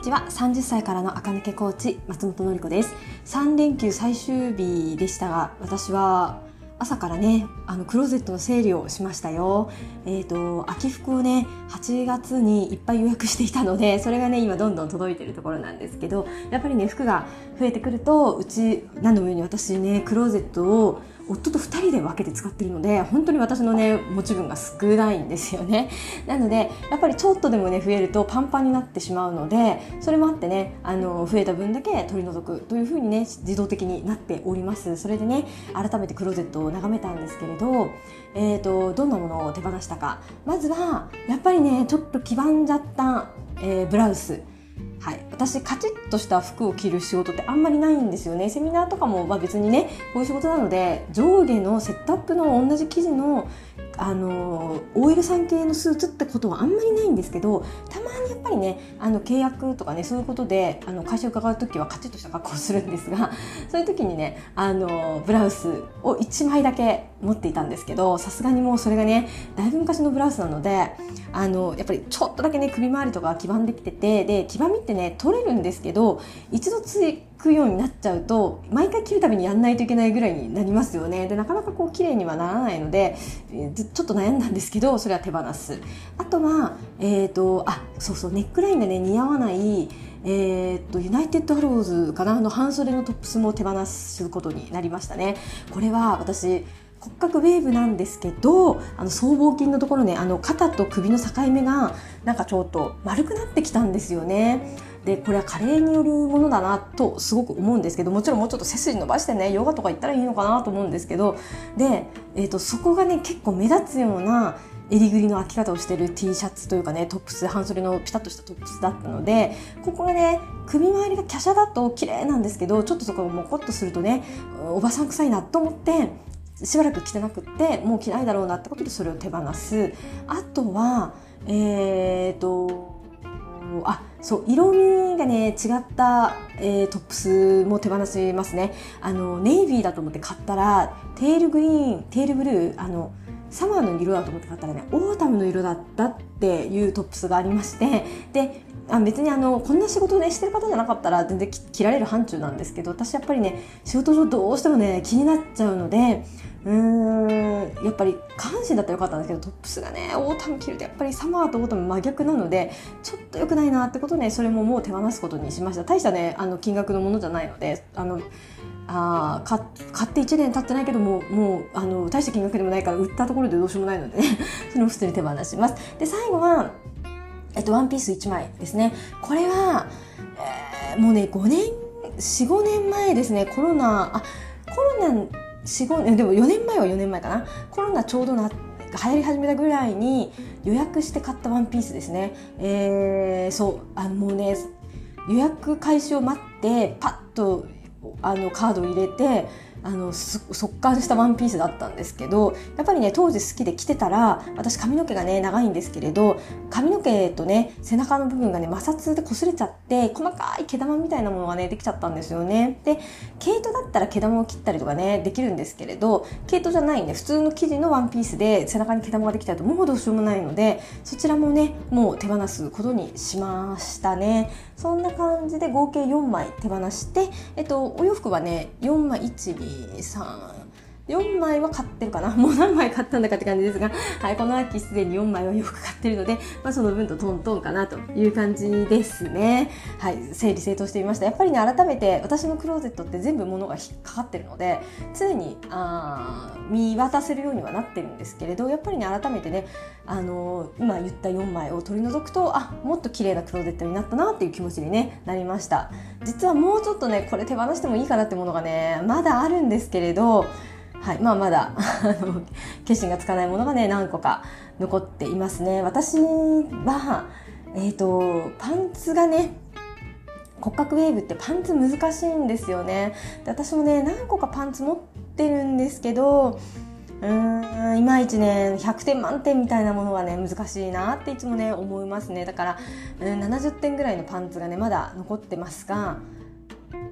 ちは。30歳からの垢抜けコーチ松本のり子です。3連休最終日でしたが、私は朝からねクローゼットの整理をしましたよ。秋服をね8月にいっぱい予約していたので、それがね今どんどん届いているところなんですけど、やっぱりね服が増えてくると、うち何度も言うように私ねクローゼットを夫と2人で分けて使っているので、本当に私のね持ち分が少ないんですよね。なのでやっぱりちょっとでもね増えるとパンパンになってしまうので、それもあってね増えた分だけ取り除くというふうにね自動的になっております。それでね改めてクローゼットを眺めたんですけれど、どんなものを手放したか。まずはやっぱりねちょっと黄ばんじゃった、ブラウス。はい、私カチッとした服を着る仕事ってあんまりないんですよね。セミナーとかも、別にねこういう仕事なので、上下のセットアップの同じ生地のOL さん系のスーツってことはあんまりないんですけど、たまにやっぱりね契約とかねそういうことで会社を伺うときはカチッとした格好をするんですが、そういう時にねブラウスを1枚だけ持っていたんですけど、さすがにもうそれがねだいぶ昔のブラウスなので、やっぱりちょっとだけね首周りとか黄ばんできてて、で黄ばみってね取れるんですけど、一度つくようになっちゃうと毎回着るたびにやんないといけないぐらいになりますよね。でなかなかこう綺麗にはならないので、ちょっと悩んだんですけど、それは手放す。あとはそうそう、ネックラインがね似合わないユナイテッドアローズかな半袖のトップスも手放すことになりましたね。これは私骨格ウェーブなんですけど、僧帽筋のところね肩と首の境目がなんかちょっと丸くなってきたんですよね。でこれは加齢によるものだなとすごく思うんですけど、もちろんもうちょっと背筋伸ばしてねヨガとか行ったらいいのかなと思うんですけど、で、そこがね結構目立つような襟ぐりの開き方をしている T シャツというかねトップス、半袖のピタッとしたトップスだったので、ここがね首周りが華奢だと綺麗なんですけど、ちょっとそこがモコッとするとねおばさん臭いなと思ってしばらく着てなくって、もう着ないだろうなってことでそれを手放す。あとはそう色味がね違った、トップスも手放しますね。ネイビーだと思って買ったらテールブルーサマーの色だと思って買ったらねオータムの色だったっていうトップスがありまして、で別にこんな仕事をねしてる方じゃなかったら全然着られる範疇なんですけど、私やっぱりね仕事上どうしてもね気になっちゃうので、やっぱり下半身だったらよかったんですけど、トップスがねオータム着るとやっぱりサマーとオータム真逆なのでちょっと良くないなってことで、それももう手放すことにしました。大したね金額のものじゃないので、買って1年経ってないけどもう大した金額でもないから売ったところでどうしようもないので、ね、それも普通に手放します。で最後はワンピース1枚ですね。これは、もうね4、5年前ですね。コロナ4、5年でも4年前は4年前かな。コロナちょうど流行り始めたぐらいに予約して買ったワンピースですね。もうね予約開始を待ってパッとカードを入れて速乾したワンピースだったんですけど、やっぱりね当時好きで着てたら、私髪の毛がね長いんですけれど、髪の毛とね背中の部分がね摩擦で擦れちゃって細かい毛玉みたいなものがねできちゃったんですよね。で毛糸だったら毛玉を切ったりとかねできるんですけれど、毛糸じゃないね普通の生地のワンピースで背中に毛玉ができたらもうどうしようもないので、そちらもねもう手放すことにしましたね。そんな感じで合計4枚手放して、お洋服はね4枚4枚は買ってるかな。もう何枚買ったんだかって感じですが、はい、この秋すでに4枚は洋服買ってるので、その分とトントンかなという感じですね。はい、整理整頓してみました。やっぱりね改めて私のクローゼットって全部物が引っかかってるので、常に見渡せるようにはなってるんですけれど、やっぱりね改めてね今言った4枚を取り除くともっと綺麗なクローゼットになったなっていう気持ちに、ね、なりました。実はもうちょっとねこれ手放してもいいかなってものがねまだあるんですけれど、はい、まだ決心がつかないものがね何個か残っていますね。私は、パンツがね骨格ウェーブってパンツ難しいんですよね。で私もね何個かパンツ持ってるんですけど、いまいちね100点満点みたいなものはね難しいなっていつもね思いますね。だから、70点ぐらいのパンツがねまだ残ってますが、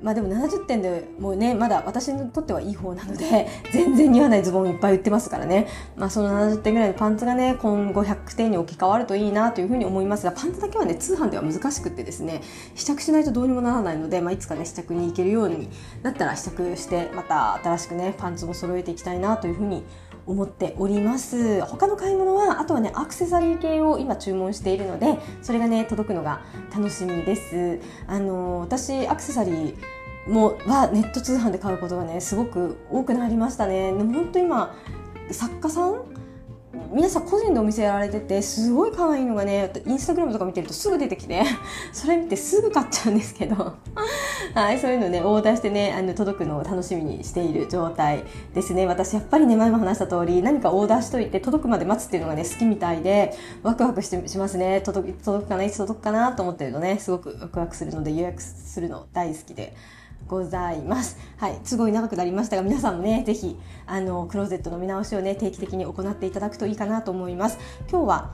でも70点でもうね、まだ私にとってはいい方なので、全然似合わないズボンいっぱい売ってますからね。その70点ぐらいのパンツがね、今後100点に置き換わるといいなというふうに思いますが、パンツだけはね、通販では難しくってですね、試着しないとどうにもならないので、いつかね、試着に行けるようになったら試着して、また新しくね、パンツも揃えていきたいなというふうに思っております。他の買い物は、あとはね、アクセサリー系を今注文しているので、それがね、届くのが楽しみです。私、アクセサリーはネット通販で買うことがね、すごく多くなりましたね。でも本当今、作家さん皆さん個人でお店やられてて、すごい可愛いのがね、インスタグラムとか見てるとすぐ出てきて、それ見てすぐ買っちゃうんですけどはい、そういうのね、オーダーしてね、届くのを楽しみにしている状態ですね。私やっぱりね、前も話した通り、何かオーダーしといて届くまで待つっていうのがね、好きみたいで、ワクワクしますね。届くかな、いつ届くかなと思ってるとね、すごくワクワクするので、予約するの大好きでございます。はい、すごい長くなりましたが、皆さんもね、ぜひクローゼットの見直しをね、定期的に行っていただくといいかなと思います。今日は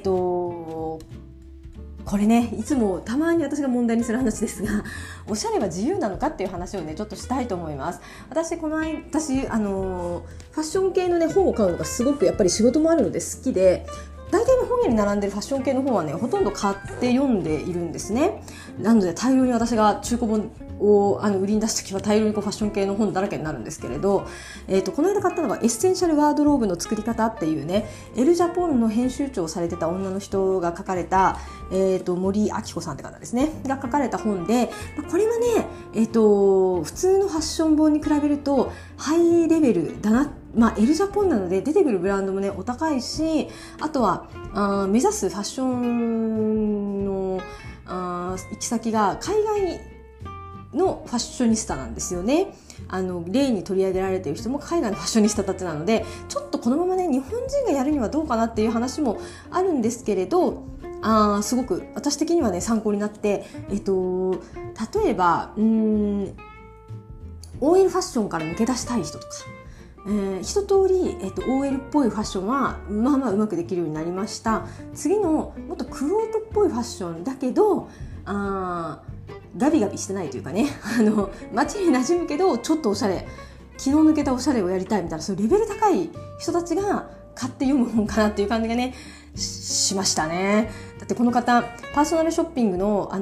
これね、いつもたまに私が問題にする話ですが、おしゃれは自由なのかっていう話をね、ちょっとしたいと思います。私ファッション系のね、本を買うのがすごくやっぱり仕事もあるので好きで、大体の本屋に並んでるファッション系の本はね、ほとんど買って読んでいるんですね。なので大量に私が中古本を売りに出すときは大量にファッション系の本だらけになるんですけれど、この間買ったのがエッセンシャルワードローブの作り方っていうね、エルジャポンの編集長をされてた女の人が書かれた、森明子さんって方ですねが書かれた本で、これはね、普通のファッション本に比べるとハイレベルだな。エルジャポンなので出てくるブランドもね、お高いし、あとは目指すファッションの行き先が海外のファッショニスタなんですよね。例に取り上げられている人も海外のファッショニスタたちなので、ちょっとこのままね、日本人がやるにはどうかなっていう話もあるんですけれど、すごく私的にはね、参考になって、例えばOL ファッションから抜け出したい人とか、一通り、OL っぽいファッションはうまくできるようになりました。次のもっとクロートっぽいファッションだけどガビガビしてないというかね、街に馴染むけどちょっとおしゃれ、気の抜けたおしゃれをやりたいみたいな、そういうレベル高い人たちが買って読む本かなっていう感じがね、しましたね。だってこの方、パーソナルショッピングの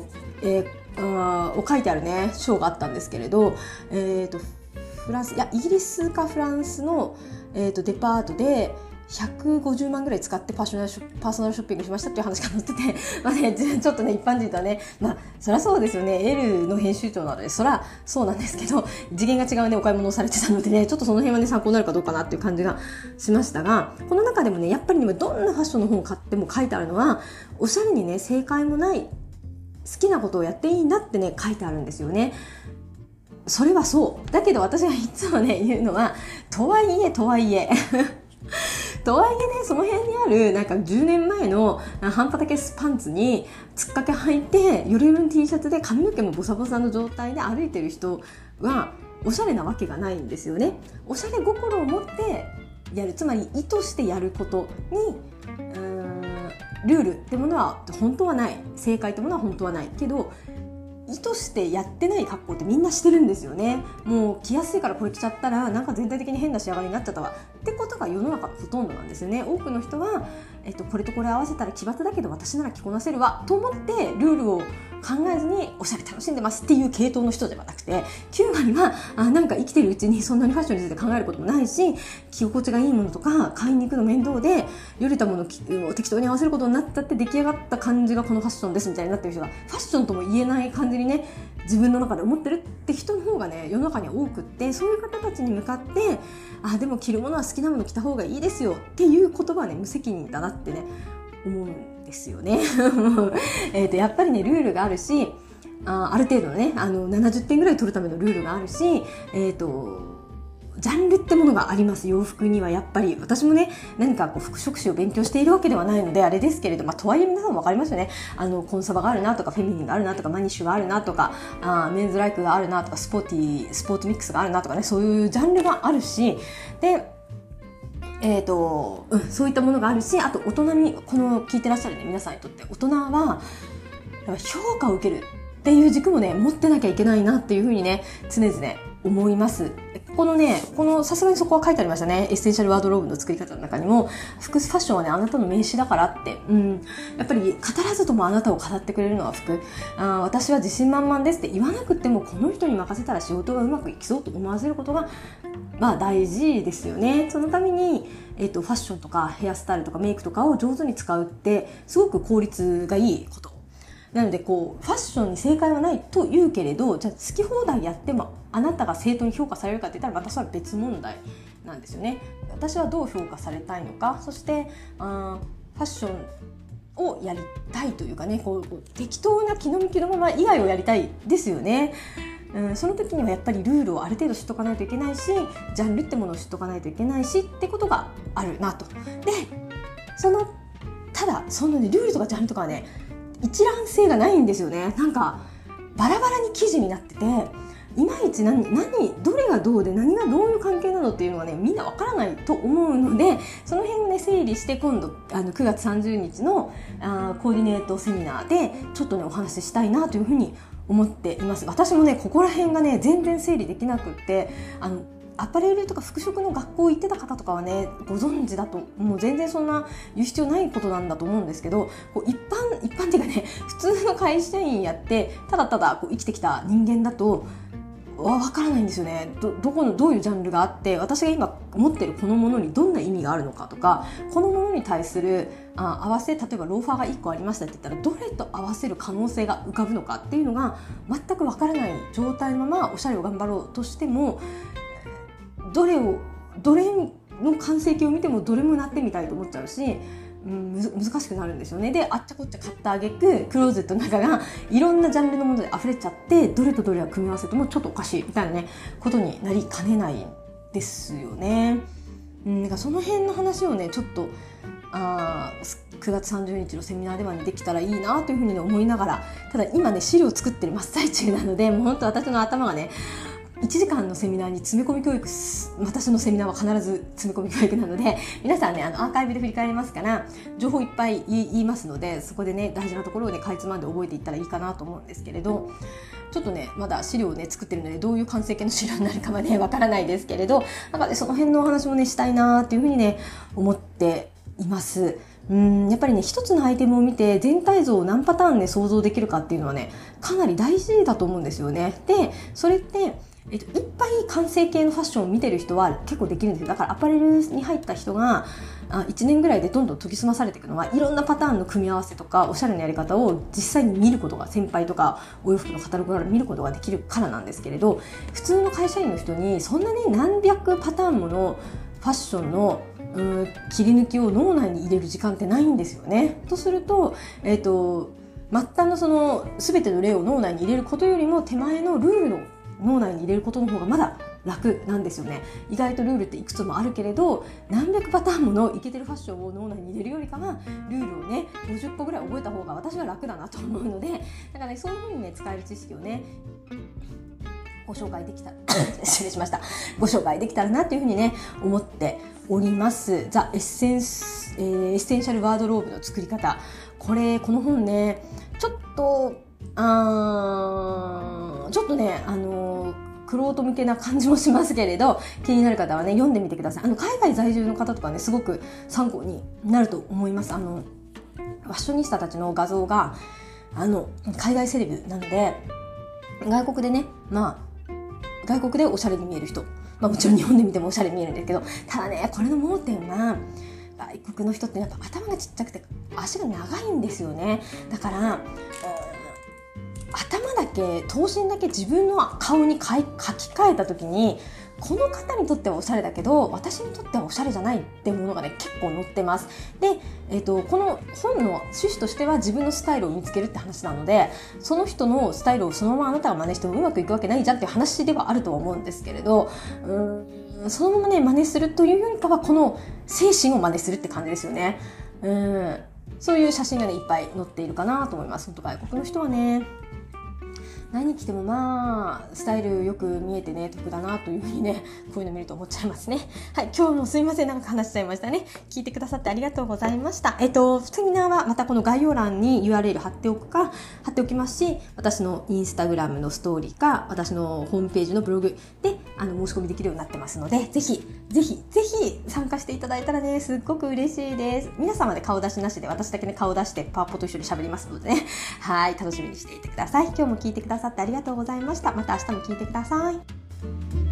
を書いてあるね、章があったんですけれど、イギリスかフランスの、デパートで150万ぐらい使ってパーソナルショッピングしましたっていう話が載ってて、ちょっとね、一般人とはね、そりゃそうですよね、L の編集長なのでそりゃそうなんですけど、次元が違うね、お買い物をされてたのでね、ちょっとその辺はね、参考になるかどうかなっていう感じがしましたが、この中でもね、やっぱりね、どんなファッションの本を買っても書いてあるのは、おしゃれにね、正解もない、好きなことをやっていいんだってね、書いてあるんですよね。それはそうだけど、私がいつもね、言うのは、とはいえとはいえね、その辺にあるなんか10年前の半端だけパンツにつっかけ履いて、ヨレヨレの T シャツで髪の毛もボサボサの状態で歩いてる人はおしゃれなわけがないんですよね。おしゃれ心を持ってやる、つまり意図してやることにルールってものは本当はない、正解ってものは本当はないけど、意図してやってない格好ってみんなしてるんですよね。もう着やすいからこれ着ちゃったらなんか全体的に変な仕上がりになっちゃったわってことが世の中のほとんどなんですよね。多くの人は、これとこれ合わせたら奇抜だけど私なら着こなせるわと思ってルールを考えずにおしゃれ楽しんでますっていう系統の人ではなくて、9割はなんか生きてるうちにそんなにファッションについて考えることもないし、着心地がいいものとか買いに行くの面倒でよれたものを適当に合わせることになったって、出来上がった感じがこのファッションですみたいになってる人が、ファッションとも言えない感じにね、自分の中で思ってるって人の方がね、世の中には多くって、そういう方たちに向かって、でも着るものは好きなもの着た方がいいですよっていう言葉はね、無責任だなってね、思うんですよねやっぱりね、ルールがあるし、ある程度のね、70点ぐらい取るためのルールがあるし、ジャンルってものがあります。洋服にはやっぱり、私もね、何か服飾史を勉強しているわけではないのであれですけれど、とはいえ皆さんも分かりますよね。コンサバがあるなとか、フェミニンがあるなとか、マニッシュがあるなとか、メンズライクがあるなとか、スポーツミックスがあるなとかね、そういうジャンルがあるし、でそういったものがあるし、あと大人に、この聞いてらっしゃるね、皆さんにとって大人は評価を受けるっていう軸もね持ってなきゃいけないなっていうふうにね常々思います。このさすがにそこは書いてありましたね。エッセンシャルワードローブの作り方の中にも、ファッションはねあなたの名刺だからって、やっぱり語らずともあなたを語ってくれるのは服。私は自信満々ですって言わなくても、この人に任せたら仕事がうまくいきそうと思わせることが大事ですよね。そのために、ファッションとかヘアスタイルとかメイクとかを上手に使うってすごく効率がいいことなので、ファッションに正解はないと言うけれど、じゃあ好き放題やってもあなたが正当に評価されるかって言ったら、私は別問題なんですよね。私はどう評価されたいのか、そしてファッションをやりたいというかね、適当な気の向きのまま以外をやりたいですよね。その時にはやっぱりルールをある程度知っとかないといけないし、ジャンルってものを知っとかないといけないしってことがあるなと。で、ただその、ね、ルールとかジャンルとかはね一覧性がないんですよね。なんかバラバラに記事になってて、いまいちどれがどうで何がどういう関係なのっていうのはねみんなわからないと思うので、その辺をね整理して今度9月30日のコーディネートセミナーでちょっとねお話ししたいなというふうに思っています。私もねここら辺がね全然整理できなくって、アパレルとか服飾の学校行ってた方とかはねご存知だと、もう全然そんな言う必要ないことなんだと思うんですけど、一般っていうかね普通の会社員やってただただ生きてきた人間だとわからないんですよね。どういうジャンルがあって、私が今持ってるこのものにどんな意味があるのかとか、このものに対する合わせ、例えばローファーが1個ありましたって言ったらどれと合わせる可能性が浮かぶのかっていうのが全くわからない状態のままおしゃれを頑張ろうとしても、どれの完成形を見てもどれもなってみたいと思っちゃうし、難しくなるんですよね。で、あっちゃこっちゃ買ったあげくクローゼットの中がいろんなジャンルのもので溢れちゃって、どれとどれを組み合わせてもちょっとおかしいみたいなねことになりかねないんですよね。だからその辺の話をねちょっと9月30日のセミナーではできたらいいなというふうに、思いながら、ただ今ね資料を作ってる真っ最中なので、もう本当私の頭がね1時間のセミナーに詰め込み教育、私のセミナーは必ず詰め込み教育なので、皆さんねアーカイブで振り返りますから情報いっぱい言いますので、そこでね大事なところをねかいつまんで覚えていったらいいかなと思うんですけれど、ちょっとねまだ資料をね作ってるのでどういう完成形の資料になるかはねわからないですけれど、なんかねその辺のお話もねしたいなっていうふうにね思っています。やっぱりね一つのアイテムを見て全体像を何パターンね想像できるかっていうのはねかなり大事だと思うんですよね。でそれっていっぱい完成形のファッションを見てる人は結構できるんですよ。だからアパレルに入った人が1年ぐらいでどんどん研ぎ澄まされていくのは、いろんなパターンの組み合わせとかおしゃれなやり方を実際に見ることが、先輩とかお洋服のカタログから見ることができるからなんですけれど、普通の会社員の人にそんなね何百パターンものファッションの切り抜きを脳内に入れる時間ってないんですよね。とすると、末端のその全ての例を脳内に入れることよりも手前のルールの脳内に入れることの方がまだ楽なんですよね。意外とルールっていくつもあるけれど、何百パターンものイケてるファッションを脳内に入れるよりかはルールをね50個ぐらい覚えた方が私は楽だなと思うので、だからねそういう風にね使える知識をねご紹介できた失礼しました。ご紹介できたらなというふうにね思っております。ザ・エッセンシャルワードローブの作り方、この本ねちょっとね玄人向けな感じもしますけれど、気になる方はね読んでみてください。海外在住の方とかねすごく参考になると思います。ファッショニスタたちの画像が海外セレブなので、外国でね外国でおしゃれに見える人、もちろん日本で見てもおしゃれに見えるんですけど、ただねこれの盲点は外国の人ってやっぱ頭がちっちゃくて足が長いんですよね。だから頭だけ頭身だけ自分の顔に描き換えた時に、この方にとってはおしゃれだけど私にとってはおしゃれじゃないってものがね結構載ってます。で、この本の趣旨としては自分のスタイルを見つけるって話なので、その人のスタイルをそのままあなたが真似してもうまくいくわけないじゃんっていう話ではあるとは思うんですけれど、そのままね真似するというよりかはこの精神を真似するって感じですよね。そういう写真がねいっぱい載っているかなと思います。本当外国の人はね何着てもまあスタイルよく見えてね得だなというふうにね、こういうの見ると思っちゃいますね。はい、今日もすいません、なんか話しちゃいましたね。聞いてくださってありがとうございました。セミナーはまたこの概要欄に URL 貼っておきますし、私のインスタグラムのストーリーか私のホームページのブログで申し込みできるようになってますので、ぜひ参加していただいたらね、すっごく嬉しいです。皆様で顔出しなしで、私だけね顔出してパワポと一緒に喋りますのでね、はい、楽しみにしていてください。今日も聞いてくださってありがとうございました。また明日も聞いてください。